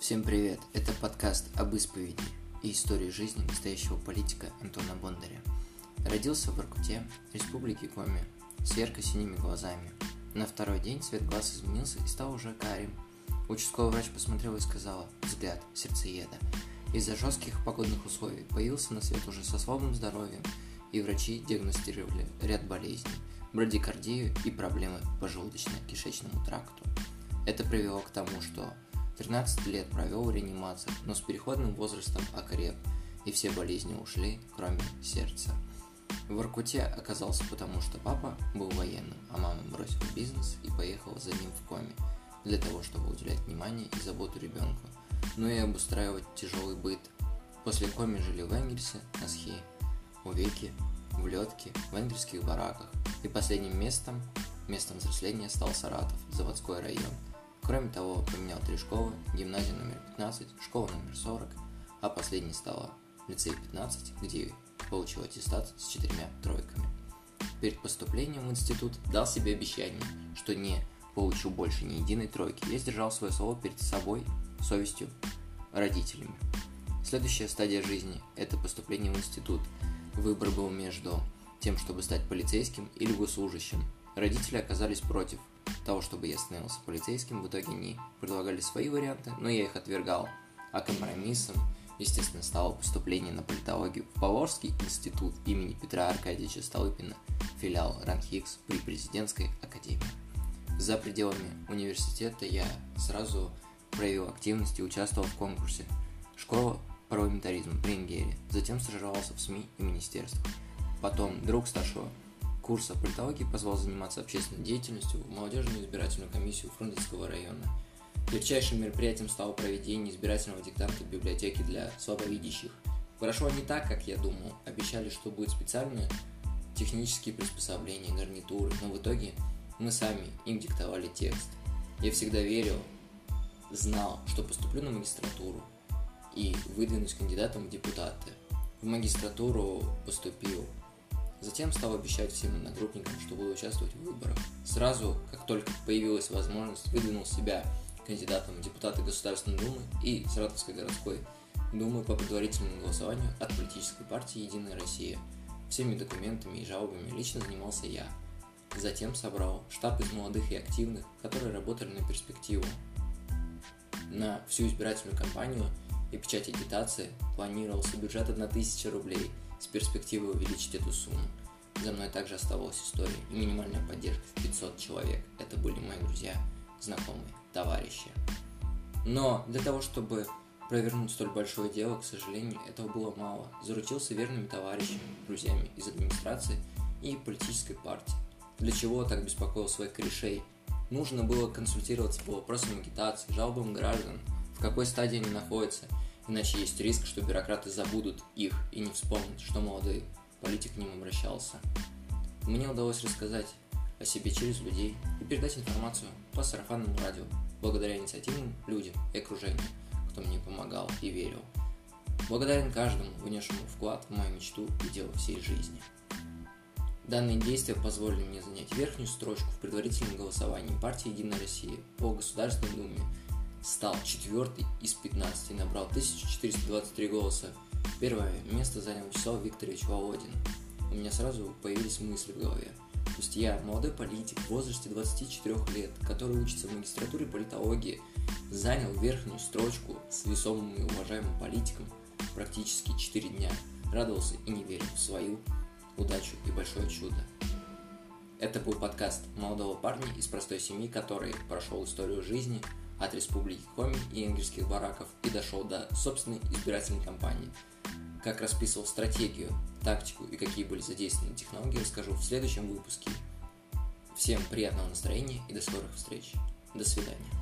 Всем привет! Это подкаст об исповеди и истории жизни настоящего политика Антона Бондаря. Родился в Воркуте, республике Коми, с ярко-синими глазами. На второй день цвет глаз изменился и стал уже карим. Участковый врач посмотрел и сказала: взгляд сердцееда. Из-за жестких погодных условий появился на свет уже со слабым здоровьем, и врачи диагностировали ряд болезней, брадикардию и проблемы по желудочно-кишечному тракту. Это привело к тому, что 13 лет провел в реанимациях, но с переходным возрастом окреп, и все болезни ушли, кроме сердца. В Воркуте оказался потому, что папа был военным, а мама бросила бизнес и поехала за ним в Коми, для того, чтобы уделять внимание и заботу ребенку, но и обустраивать тяжелый быт. После Коми жили в Энгельсе, на Схе, Увеке, в Лётке, в энгельских бараках, и последним местом взросления стал Саратов, заводской район. Кроме того, поменял 3 школы: гимназия номер 15, школа номер 40, а последней стала лицей 15, где получил аттестат с 4 тройками. Перед поступлением в институт дал себе обещание, что не получу больше ни единой тройки. Я сдержал свое слово перед собой, совестью, родителями. Следующая стадия жизни – это поступление в институт. Выбор был между тем, чтобы стать полицейским или госслужащим. Родители оказались против того, чтобы я становился полицейским. В итоге они предлагали свои варианты, но я их отвергал. А компромиссом, естественно, стало поступление на политологию в Поволжский институт имени Петра Аркадьевича Столыпина, филиал РАНХИКС при президентской академии. За пределами университета я сразу проявил активность и участвовал в конкурсе «Школа парламентаризма» при ИНГЕРе. Затем стажировался в СМИ и министерствах. Потом друг старшего курса политологии позвал заниматься общественной деятельностью в молодежную избирательную комиссию Фрунзенского района. Ярчайшим мероприятием стало проведение избирательного диктанта в библиотеке для слабовидящих. Прошло не так, как я думал. Обещали, что будут специальные технические приспособления, гарнитуры, но в итоге мы сами им диктовали текст. Я всегда верил, знал, что поступлю на магистратуру и выдвинусь кандидатом в депутаты. В магистратуру поступил. Затем стал обещать всем одногруппникам, что буду участвовать в выборах. Сразу, как только появилась возможность, выдвинул себя кандидатом в депутаты Государственной Думы и Саратовской городской думы по предварительному голосованию от политической партии «Единая Россия». Всеми документами и жалобами лично занимался я. Затем собрал штаб из молодых и активных, которые работали на перспективу. На всю избирательную кампанию и печать агитации планировался бюджет 1000 рублей с перспективой увеличить эту сумму. За мной также оставалась история и минимальная поддержка в 500 человек. Это были мои друзья, знакомые, товарищи. Но для того, чтобы провернуть столь большое дело, к сожалению, этого было мало. Заручился верными товарищами, друзьями из администрации и политической партии. Для чего так беспокоил своих корешей? Нужно было консультироваться по вопросам агитации, жалобам граждан, в какой стадии они находятся, иначе есть риск, что бюрократы забудут их и не вспомнят, что молодой политик к ним обращался. Мне удалось рассказать о себе через людей и передать информацию по сарафанному радио, благодаря инициативным людям и окружению, кто мне помогал и верил. Благодарен каждому, внесшему вклад в мою мечту и дело всей жизни. Данные действия позволили мне занять верхнюю строчку в предварительном голосовании партии «Единая Россия» по Государственной Думе. Стал 4-й из 15 и набрал 1423 голоса. Первое место занял Вячеслав Викторович Володин. У меня сразу появились мысли в голове. То есть я, молодой политик в возрасте 24 лет, который учится в магистратуре политологии, занял верхнюю строчку с весомым и уважаемым политиком практически 4 дня. Радовался и не верил в свою удачу и большое чудо. Это был подкаст молодого парня из простой семьи, который прошел историю жизни от республики Коми и энгельских бараков и дошел до собственной избирательной кампании. Как расписывал стратегию, тактику и какие были задействованы технологии, расскажу в следующем выпуске. Всем приятного настроения и до скорых встреч. До свидания.